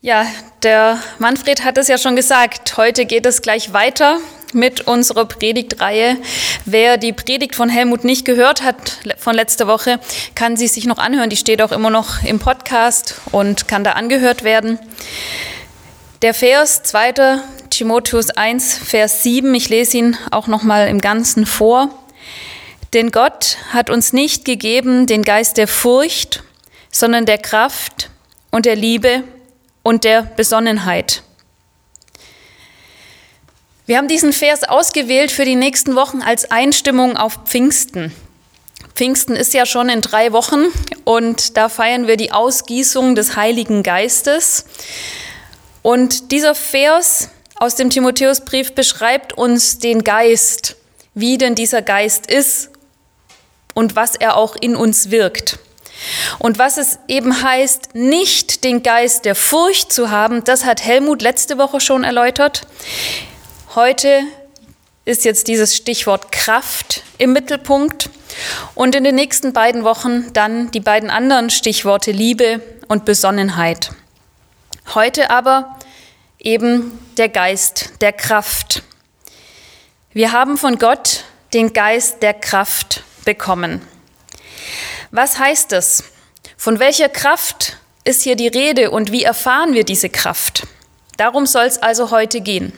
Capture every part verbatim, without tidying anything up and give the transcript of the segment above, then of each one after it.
Ja, der Manfred hat es ja schon gesagt, heute geht es gleich weiter mit unserer Predigtreihe. Wer die Predigt von Helmut nicht gehört hat von letzter Woche, kann sie sich noch anhören. Die steht auch immer noch im Podcast und kann da angehört werden. Der Vers zweiter Timotheus eins, Vers sieben, ich lese ihn auch noch mal im Ganzen vor. Denn Gott hat uns nicht gegeben den Geist der Furcht, sondern der Kraft und der Liebe und der Besonnenheit. Wir haben diesen Vers ausgewählt für die nächsten Wochen als Einstimmung auf Pfingsten. Pfingsten ist ja schon in drei Wochen und da feiern wir die Ausgießung des Heiligen Geistes. Und dieser Vers aus dem Timotheusbrief beschreibt uns den Geist, wie denn dieser Geist ist und was er auch in uns wirkt. Und was es eben heißt, nicht den Geist der Furcht zu haben, das hat Helmut letzte Woche schon erläutert. Heute ist jetzt dieses Stichwort Kraft im Mittelpunkt und in den nächsten beiden Wochen dann die beiden anderen Stichworte Liebe und Besonnenheit. Heute aber eben der Geist der Kraft. Wir haben von Gott den Geist der Kraft bekommen. Was heißt das? Von welcher Kraft ist hier die Rede und wie erfahren wir diese Kraft? Darum soll es also heute gehen.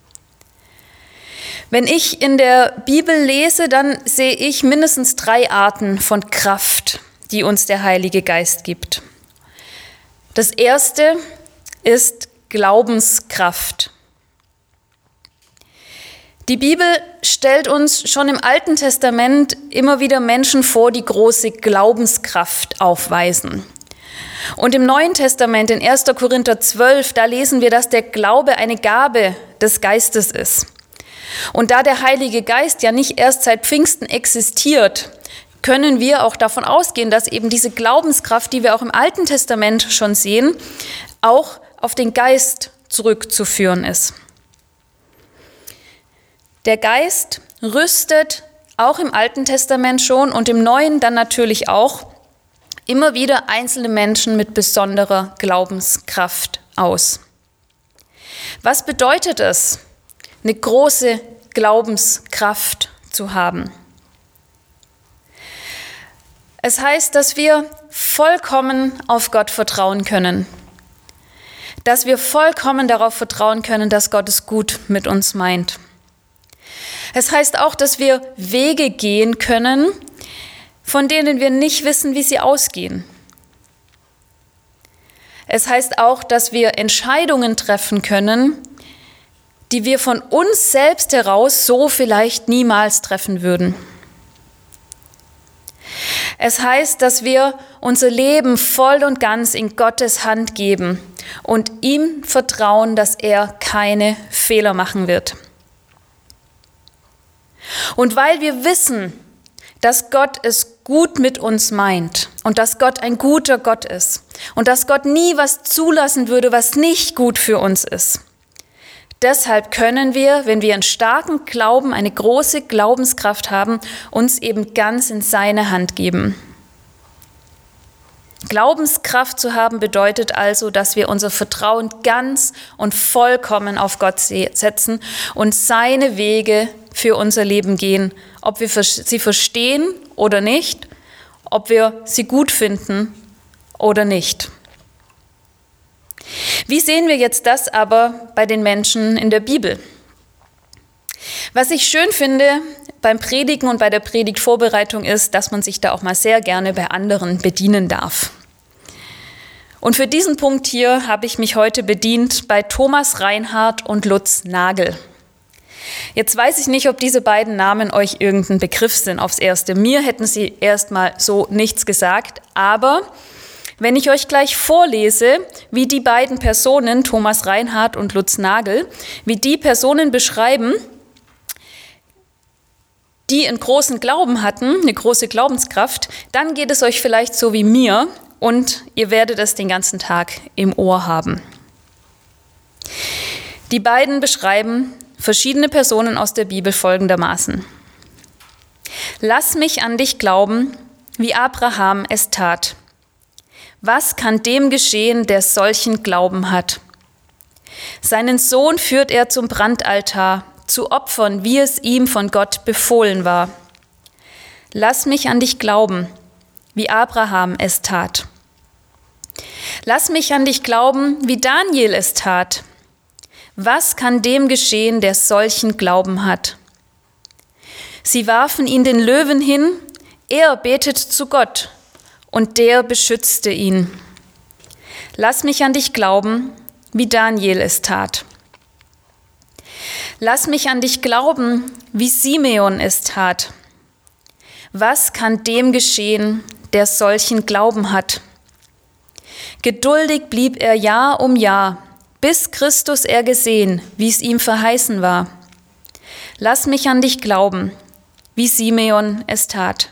Wenn ich in der Bibel lese, dann sehe ich mindestens drei Arten von Kraft, die uns der Heilige Geist gibt. Das erste ist Glaubenskraft. Die Bibel stellt uns schon im Alten Testament immer wieder Menschen vor, die große Glaubenskraft aufweisen. Und im Neuen Testament, in erster Korinther zwölf, da lesen wir, dass der Glaube eine Gabe des Geistes ist. Und da der Heilige Geist ja nicht erst seit Pfingsten existiert, können wir auch davon ausgehen, dass eben diese Glaubenskraft, die wir auch im Alten Testament schon sehen, auch auf den Geist zurückzuführen ist. Der Geist rüstet auch im Alten Testament schon und im Neuen dann natürlich auch immer wieder einzelne Menschen mit besonderer Glaubenskraft aus. Was bedeutet es, eine große Glaubenskraft zu haben? Es heißt, dass wir vollkommen auf Gott vertrauen können. Dass wir vollkommen darauf vertrauen können, dass Gott es gut mit uns meint. Es heißt auch, dass wir Wege gehen können, von denen wir nicht wissen, wie sie ausgehen. Es heißt auch, dass wir Entscheidungen treffen können, die wir von uns selbst heraus so vielleicht niemals treffen würden. Es heißt, dass wir unser Leben voll und ganz in Gottes Hand geben und ihm vertrauen, dass er keine Fehler machen wird. Und weil wir wissen, dass Gott es gut mit uns meint und dass Gott ein guter Gott ist und dass Gott nie was zulassen würde, was nicht gut für uns ist, deshalb können wir, wenn wir einen starken Glauben, eine große Glaubenskraft haben, uns eben ganz in seine Hand geben. Glaubenskraft zu haben bedeutet also, dass wir unser Vertrauen ganz und vollkommen auf Gott setzen und seine Wege für unser Leben gehen, ob wir sie verstehen oder nicht, ob wir sie gut finden oder nicht. Wie sehen wir jetzt das aber bei den Menschen in der Bibel? Was ich schön finde beim Predigen und bei der Predigtvorbereitung ist, dass man sich da auch mal sehr gerne bei anderen bedienen darf. Und für diesen Punkt hier habe ich mich heute bedient bei Thomas Reinhardt und Lutz Nagel. Jetzt weiß ich nicht, ob diese beiden Namen euch irgendein Begriff sind aufs Erste. Mir hätten sie erstmal so nichts gesagt, aber wenn ich euch gleich vorlese, wie die beiden Personen, Thomas Reinhardt und Lutz Nagel, wie die Personen beschreiben, die einen großen Glauben hatten, eine große Glaubenskraft, dann geht es euch vielleicht so wie mir und ihr werdet es den ganzen Tag im Ohr haben. Die beiden beschreiben verschiedene Personen aus der Bibel folgendermaßen. Lass mich an dich glauben, wie Abraham es tat. Was kann dem geschehen, der solchen Glauben hat? Seinen Sohn führt er zum Brandaltar, zu Opfern, wie es ihm von Gott befohlen war. Lass mich an dich glauben, wie Abraham es tat. Lass mich an dich glauben, wie Daniel es tat. Was kann dem geschehen, der solchen Glauben hat? Sie warfen ihn den Löwen hin, er betet zu Gott, und der beschützte ihn. Lass mich an dich glauben, wie Daniel es tat. Lass mich an dich glauben, wie Simeon es tat. Was kann dem geschehen, der solchen Glauben hat? Geduldig blieb er Jahr um Jahr, bis Christus er gesehen, wie es ihm verheißen war. Lass mich an dich glauben, wie Simeon es tat.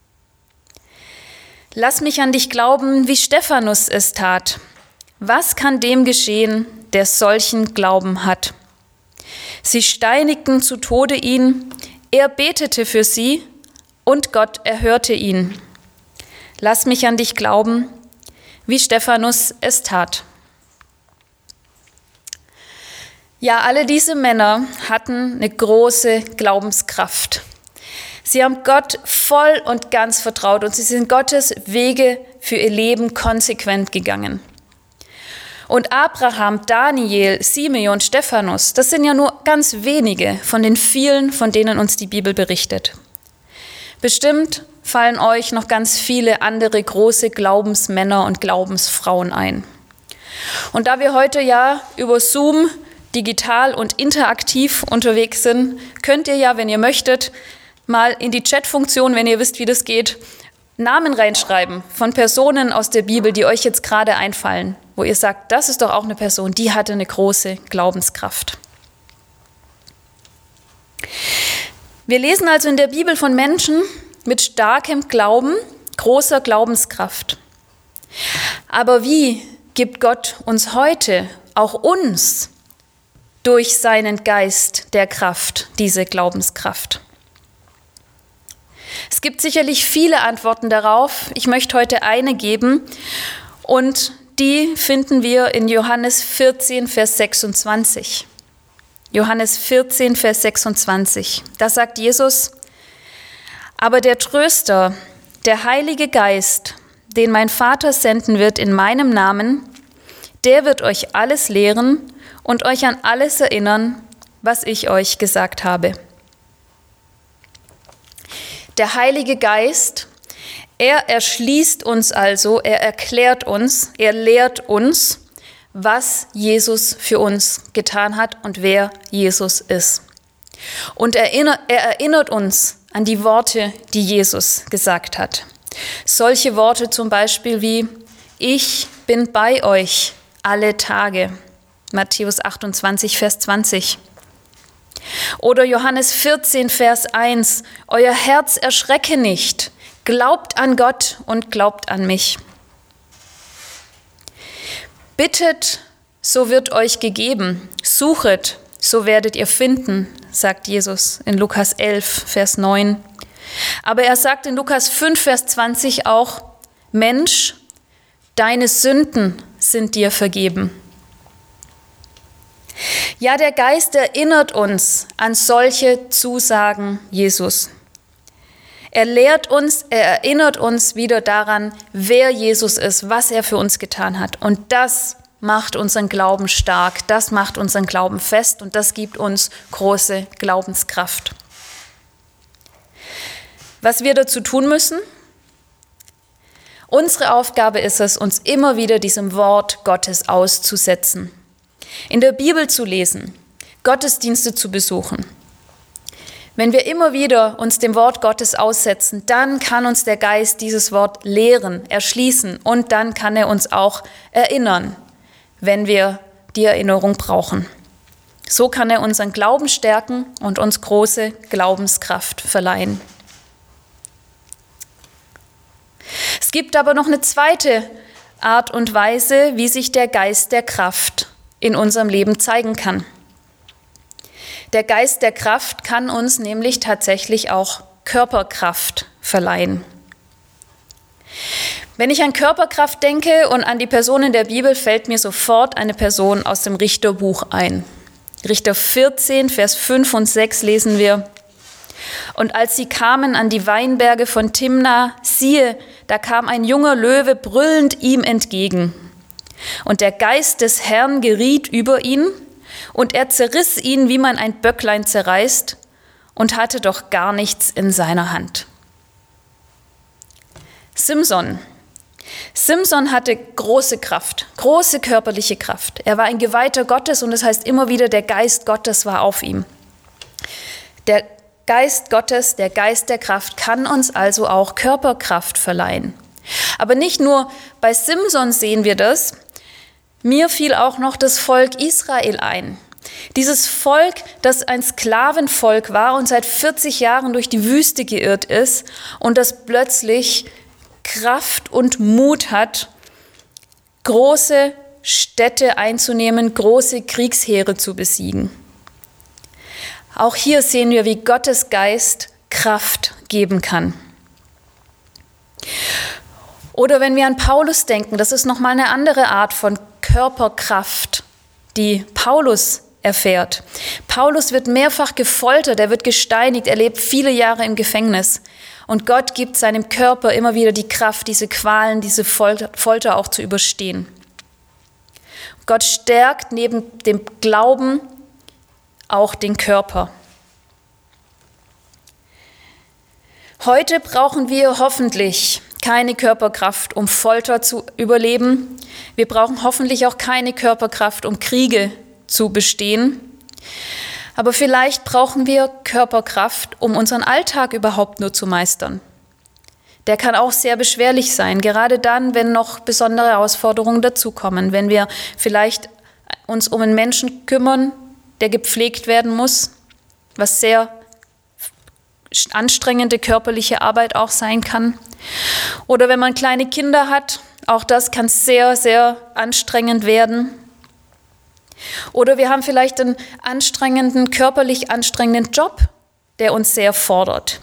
Lass mich an dich glauben, wie Stephanus es tat. Was kann dem geschehen, der solchen Glauben hat? Sie steinigten zu Tode ihn, er betete für sie und Gott erhörte ihn. Lass mich an dich glauben, wie Stephanus es tat. Ja, alle diese Männer hatten eine große Glaubenskraft. Sie haben Gott voll und ganz vertraut und sie sind Gottes Wege für ihr Leben konsequent gegangen. Und Abraham, Daniel, Simeon, Stephanus, das sind ja nur ganz wenige von den vielen, von denen uns die Bibel berichtet. Bestimmt fallen euch noch ganz viele andere große Glaubensmänner und Glaubensfrauen ein. Und da wir heute ja über Zoom digital und interaktiv unterwegs sind, könnt ihr ja, wenn ihr möchtet, mal in die Chatfunktion, wenn ihr wisst, wie das geht, Namen reinschreiben von Personen aus der Bibel, die euch jetzt gerade einfallen, wo ihr sagt, das ist doch auch eine Person, die hatte eine große Glaubenskraft. Wir lesen also in der Bibel von Menschen mit starkem Glauben, großer Glaubenskraft. Aber wie gibt Gott uns heute, auch uns, durch seinen Geist der Kraft, diese Glaubenskraft? Es gibt sicherlich viele Antworten darauf. Ich möchte heute eine geben und die finden wir in Johannes vierzehn, Vers sechsundzwanzig. Johannes vierzehn, Vers sechsundzwanzig. Da sagt Jesus: Aber der Tröster, der Heilige Geist, den mein Vater senden wird in meinem Namen, der wird euch alles lehren und euch an alles erinnern, was ich euch gesagt habe. Der Heilige Geist, er erschließt uns also, er erklärt uns, er lehrt uns, was Jesus für uns getan hat und wer Jesus ist. Und er erinnert, er erinnert uns an die Worte, die Jesus gesagt hat. Solche Worte zum Beispiel wie: Ich bin bei euch alle Tage. Matthäus achtundzwanzig, Vers zwanzig. Oder Johannes vierzehn, Vers eins. Euer Herz erschrecke nicht. Glaubt an Gott und glaubt an mich. Bittet, so wird euch gegeben. Suchet, so werdet ihr finden, sagt Jesus in Lukas elf, Vers neun. Aber er sagt in Lukas fünf, Vers zwanzig auch: Mensch, deine Sünden sind dir vergeben. Ja, der Geist erinnert uns an solche Zusagen Jesus. Er lehrt uns, er erinnert uns wieder daran, wer Jesus ist, was er für uns getan hat. Und das macht unseren Glauben stark, das macht unseren Glauben fest und das gibt uns große Glaubenskraft. Was wir dazu tun müssen? Unsere Aufgabe ist es, uns immer wieder diesem Wort Gottes auszusetzen, in der Bibel zu lesen, Gottesdienste zu besuchen. Wenn wir immer wieder uns dem Wort Gottes aussetzen, dann kann uns der Geist dieses Wort lehren, erschließen und dann kann er uns auch erinnern, wenn wir die Erinnerung brauchen. So kann er unseren Glauben stärken und uns große Glaubenskraft verleihen. Es gibt aber noch eine zweite Art und Weise, wie sich der Geist der Kraft in unserem Leben zeigen kann. Der Geist der Kraft kann uns nämlich tatsächlich auch Körperkraft verleihen. Wenn ich an Körperkraft denke und an die Personen der Bibel, fällt mir sofort eine Person aus dem Richterbuch ein. Richter vierzehn, Vers fünf und sechs lesen wir: Und als sie kamen an die Weinberge von Timna, siehe, da kam ein junger Löwe brüllend ihm entgegen. Und der Geist des Herrn geriet über ihn, und er zerriss ihn, wie man ein Böcklein zerreißt, und hatte doch gar nichts in seiner Hand. Simson. Simson hatte große Kraft, große körperliche Kraft. Er war ein Geweihter Gottes und das heißt immer wieder, der Geist Gottes war auf ihm. Der Geist Gottes, der Geist der Kraft, kann uns also auch Körperkraft verleihen. Aber nicht nur bei Simson sehen wir das. Mir fiel auch noch das Volk Israel ein. Dieses Volk, das ein Sklavenvolk war und seit vierzig Jahren durch die Wüste geirrt ist und das plötzlich Kraft und Mut hat, große Städte einzunehmen, große Kriegsheere zu besiegen. Auch hier sehen wir, wie Gottes Geist Kraft geben kann. Oder wenn wir an Paulus denken, das ist nochmal eine andere Art von Körperkraft, die Paulus erfährt. Paulus wird mehrfach gefoltert, er wird gesteinigt, er lebt viele Jahre im Gefängnis. Und Gott gibt seinem Körper immer wieder die Kraft, diese Qualen, diese Folter auch zu überstehen. Gott stärkt neben dem Glauben auch den Körper. Heute brauchen wir hoffentlich keine Körperkraft, um Folter zu überleben. Wir brauchen hoffentlich auch keine Körperkraft, um Kriege zu bestehen. Aber vielleicht brauchen wir Körperkraft, um unseren Alltag überhaupt nur zu meistern. Der kann auch sehr beschwerlich sein, gerade dann, wenn noch besondere Herausforderungen dazukommen, wenn wir vielleicht uns um einen Menschen kümmern, der gepflegt werden muss, was sehr anstrengende körperliche Arbeit auch sein kann. Oder wenn man kleine Kinder hat, auch das kann sehr, sehr anstrengend werden. Oder wir haben vielleicht einen anstrengenden, körperlich anstrengenden Job, der uns sehr fordert.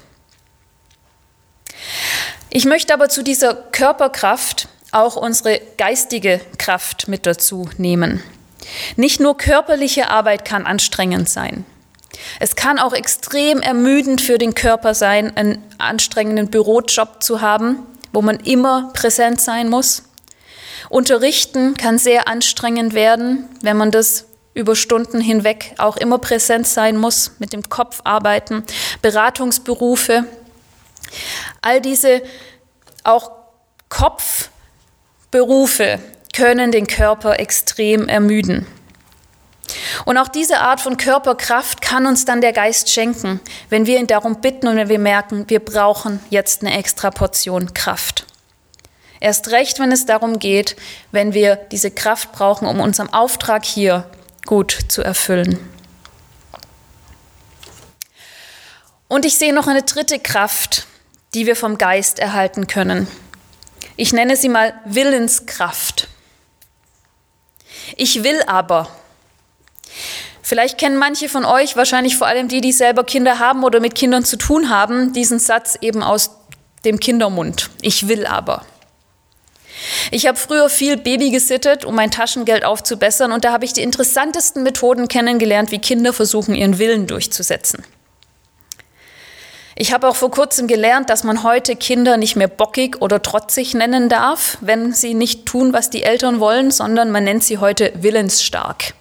Ich möchte aber zu dieser Körperkraft auch unsere geistige Kraft mit dazu nehmen. Nicht nur körperliche Arbeit kann anstrengend sein. Es kann auch extrem ermüdend für den Körper sein, einen anstrengenden Bürojob zu haben, wo man immer präsent sein muss. Unterrichten kann sehr anstrengend werden, wenn man das über Stunden hinweg auch immer präsent sein muss, mit dem Kopf arbeiten, Beratungsberufe. All diese auch Kopfberufe können den Körper extrem ermüden. Und auch diese Art von Körperkraft kann uns dann der Geist schenken, wenn wir ihn darum bitten und wenn wir merken, wir brauchen jetzt eine extra Portion Kraft. Erst recht, wenn es darum geht, wenn wir diese Kraft brauchen, um unseren Auftrag hier gut zu erfüllen. Und ich sehe noch eine dritte Kraft, die wir vom Geist erhalten können. Ich nenne sie mal Willenskraft. Ich will aber. Vielleicht kennen manche von euch, wahrscheinlich vor allem die, die selber Kinder haben oder mit Kindern zu tun haben, diesen Satz eben aus dem Kindermund. Ich will aber. Ich habe früher viel Baby gesittet, um mein Taschengeld aufzubessern, und da habe ich die interessantesten Methoden kennengelernt, wie Kinder versuchen, ihren Willen durchzusetzen. Ich habe auch vor kurzem gelernt, dass man heute Kinder nicht mehr bockig oder trotzig nennen darf, wenn sie nicht tun, was die Eltern wollen, sondern man nennt sie heute willensstark.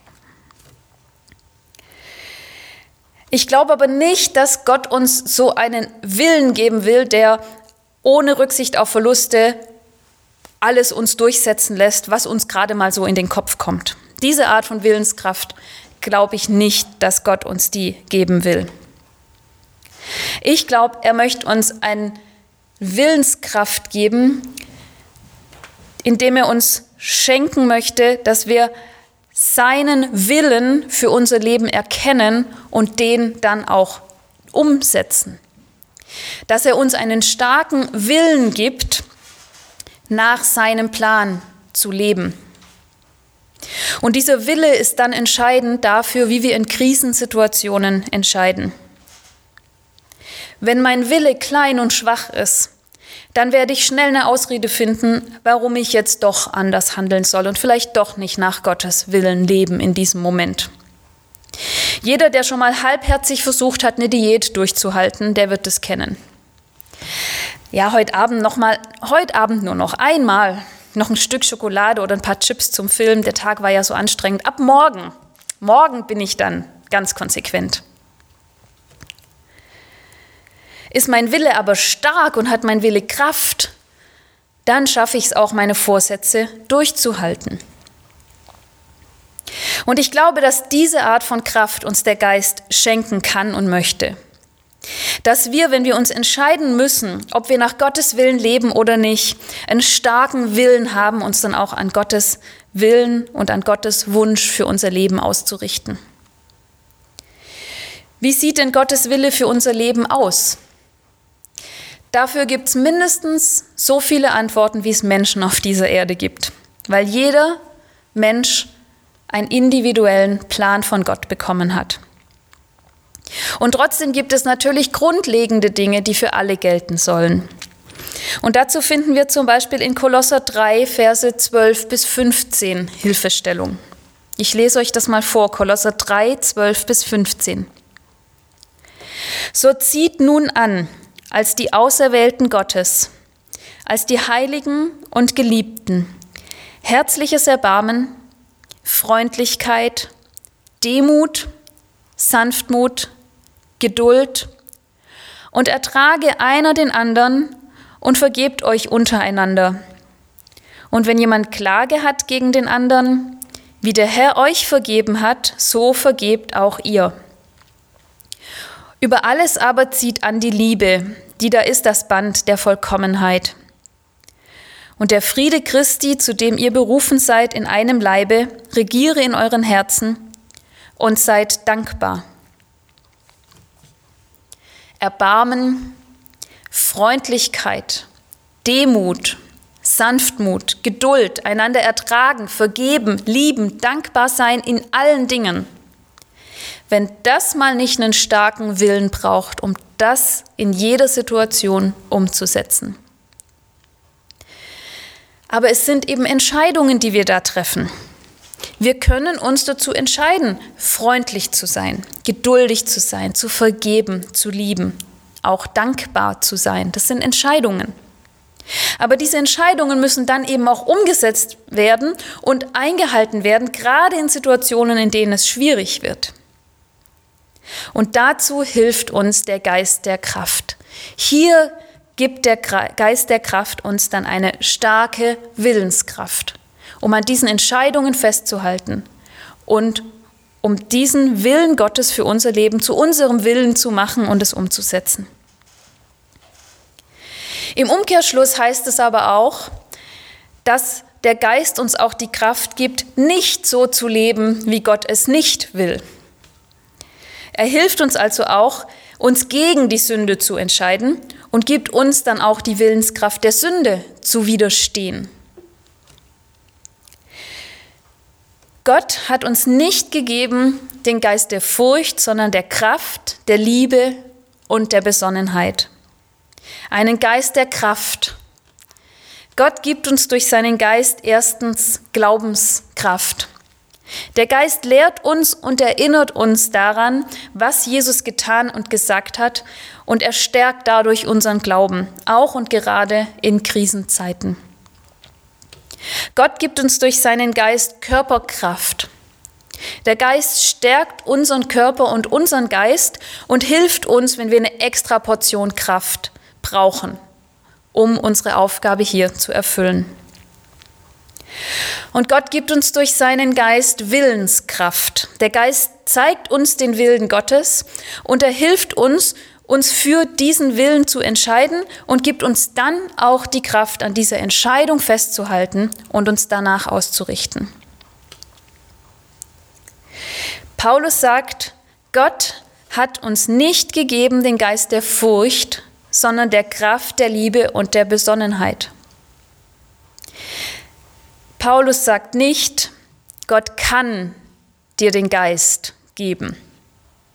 Ich glaube aber nicht, dass Gott uns so einen Willen geben will, der ohne Rücksicht auf Verluste alles uns durchsetzen lässt, was uns gerade mal so in den Kopf kommt. Diese Art von Willenskraft glaube ich nicht, dass Gott uns die geben will. Ich glaube, er möchte uns eine Willenskraft geben, indem er uns schenken möchte, dass wir seinen Willen für unser Leben erkennen und den dann auch umsetzen. Dass er uns einen starken Willen gibt, nach seinem Plan zu leben. Und dieser Wille ist dann entscheidend dafür, wie wir in Krisensituationen entscheiden. Wenn mein Wille klein und schwach ist, dann werde ich schnell eine Ausrede finden, warum ich jetzt doch anders handeln soll und vielleicht doch nicht nach Gottes Willen leben in diesem Moment. Jeder, der schon mal halbherzig versucht hat, eine Diät durchzuhalten, der wird es kennen. Ja, heute Abend noch mal, heute Abend nur noch einmal noch ein Stück Schokolade oder ein paar Chips zum Film. Der Tag war ja so anstrengend. Ab morgen, morgen bin ich dann ganz konsequent. Ist mein Wille aber stark und hat mein Wille Kraft, dann schaffe ich es auch, meine Vorsätze durchzuhalten. Und ich glaube, dass diese Art von Kraft uns der Geist schenken kann und möchte. Dass wir, wenn wir uns entscheiden müssen, ob wir nach Gottes Willen leben oder nicht, einen starken Willen haben, uns dann auch an Gottes Willen und an Gottes Wunsch für unser Leben auszurichten. Wie sieht denn Gottes Wille für unser Leben aus? Dafür gibt es mindestens so viele Antworten, wie es Menschen auf dieser Erde gibt, weil jeder Mensch einen individuellen Plan von Gott bekommen hat. Und trotzdem gibt es natürlich grundlegende Dinge, die für alle gelten sollen. Und dazu finden wir zum Beispiel in Kolosser drei, Verse zwölf bis fünfzehn Hilfestellung. Ich lese euch das mal vor, Kolosser drei, zwölf bis fünfzehn. So zieht nun an, als die Auserwählten Gottes, als die Heiligen und Geliebten, herzliches Erbarmen, Freundlichkeit, Demut, Sanftmut, Geduld und ertrage einer den anderen und vergebt euch untereinander. Und wenn jemand Klage hat gegen den anderen, wie der Herr euch vergeben hat, so vergebt auch ihr. Über alles aber zieht an die Liebe, die da ist das Band der Vollkommenheit. Und der Friede Christi, zu dem ihr berufen seid in einem Leibe, regiere in euren Herzen und seid dankbar. Erbarmen, Freundlichkeit, Demut, Sanftmut, Geduld, einander ertragen, vergeben, lieben, dankbar sein in allen Dingen. Wenn das mal nicht einen starken Willen braucht, um das in jeder Situation umzusetzen. Aber es sind eben Entscheidungen, die wir da treffen. Wir können uns dazu entscheiden, freundlich zu sein, geduldig zu sein, zu vergeben, zu lieben, auch dankbar zu sein. Das sind Entscheidungen. Aber diese Entscheidungen müssen dann eben auch umgesetzt werden und eingehalten werden, gerade in Situationen, in denen es schwierig wird. Und dazu hilft uns der Geist der Kraft. Hier gibt der Geist der Kraft uns dann eine starke Willenskraft, um an diesen Entscheidungen festzuhalten und um diesen Willen Gottes für unser Leben zu unserem Willen zu machen und es umzusetzen. Im Umkehrschluss heißt es aber auch, dass der Geist uns auch die Kraft gibt, nicht so zu leben, wie Gott es nicht will. Er hilft uns also auch, uns gegen die Sünde zu entscheiden und gibt uns dann auch die Willenskraft der Sünde zu widerstehen. Gott hat uns nicht gegeben den Geist der Furcht, sondern der Kraft, der Liebe und der Besonnenheit. Einen Geist der Kraft. Gott gibt uns durch seinen Geist erstens Glaubenskraft. Der Geist lehrt uns und erinnert uns daran, was Jesus getan und gesagt hat, und er stärkt dadurch unseren Glauben, auch und gerade in Krisenzeiten. Gott gibt uns durch seinen Geist Körperkraft. Der Geist stärkt unseren Körper und unseren Geist und hilft uns, wenn wir eine extra Portion Kraft brauchen, um unsere Aufgabe hier zu erfüllen. Und Gott gibt uns durch seinen Geist Willenskraft. Der Geist zeigt uns den Willen Gottes und er hilft uns, uns für diesen Willen zu entscheiden und gibt uns dann auch die Kraft, an dieser Entscheidung festzuhalten und uns danach auszurichten. Paulus sagt, Gott hat uns nicht gegeben den Geist der Furcht, sondern der Kraft, der Liebe und der Besonnenheit. Paulus sagt nicht, Gott kann dir den Geist geben.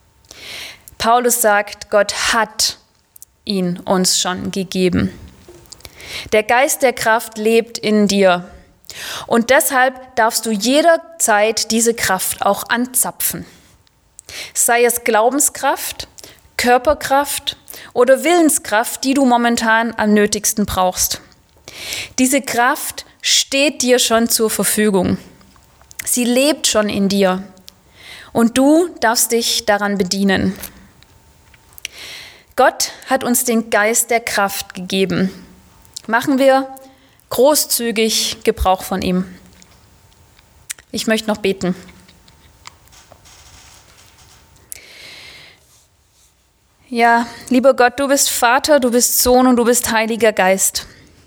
Paulus sagt, Gott hat ihn uns schon gegeben. Der Geist der Kraft lebt in dir. Und deshalb darfst du jederzeit diese Kraft auch anzapfen. Sei es Glaubenskraft, Körperkraft oder Willenskraft, die du momentan am nötigsten brauchst. Diese Kraft steht dir schon zur Verfügung. Sie lebt schon in dir. Und du darfst dich daran bedienen. Gott hat uns den Geist der Kraft gegeben. Machen wir großzügig Gebrauch von ihm. Ich möchte noch beten. Ja, lieber Gott, du bist Vater, du bist Sohn und du bist Heiliger Geist.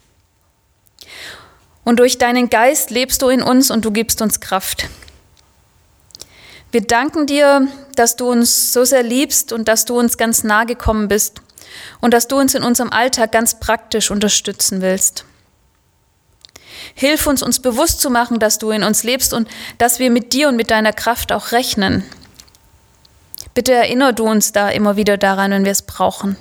Und durch deinen Geist lebst du in uns und du gibst uns Kraft. Wir danken dir, dass du uns so sehr liebst und dass du uns ganz nahe gekommen bist und dass du uns in unserem Alltag ganz praktisch unterstützen willst. Hilf uns, uns bewusst zu machen, dass du in uns lebst und dass wir mit dir und mit deiner Kraft auch rechnen. Bitte erinner du uns da immer wieder daran, wenn wir es brauchen.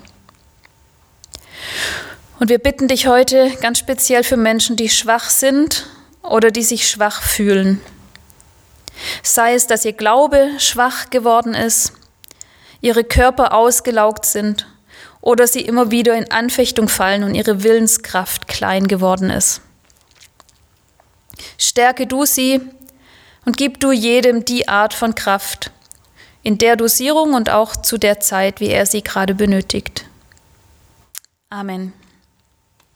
Und wir bitten dich heute ganz speziell für Menschen, die schwach sind oder die sich schwach fühlen. Sei es, dass ihr Glaube schwach geworden ist, ihre Körper ausgelaugt sind oder sie immer wieder in Anfechtung fallen und ihre Willenskraft klein geworden ist. Stärke du sie und gib du jedem die Art von Kraft, in der Dosierung und auch zu der Zeit, wie er sie gerade benötigt. Amen.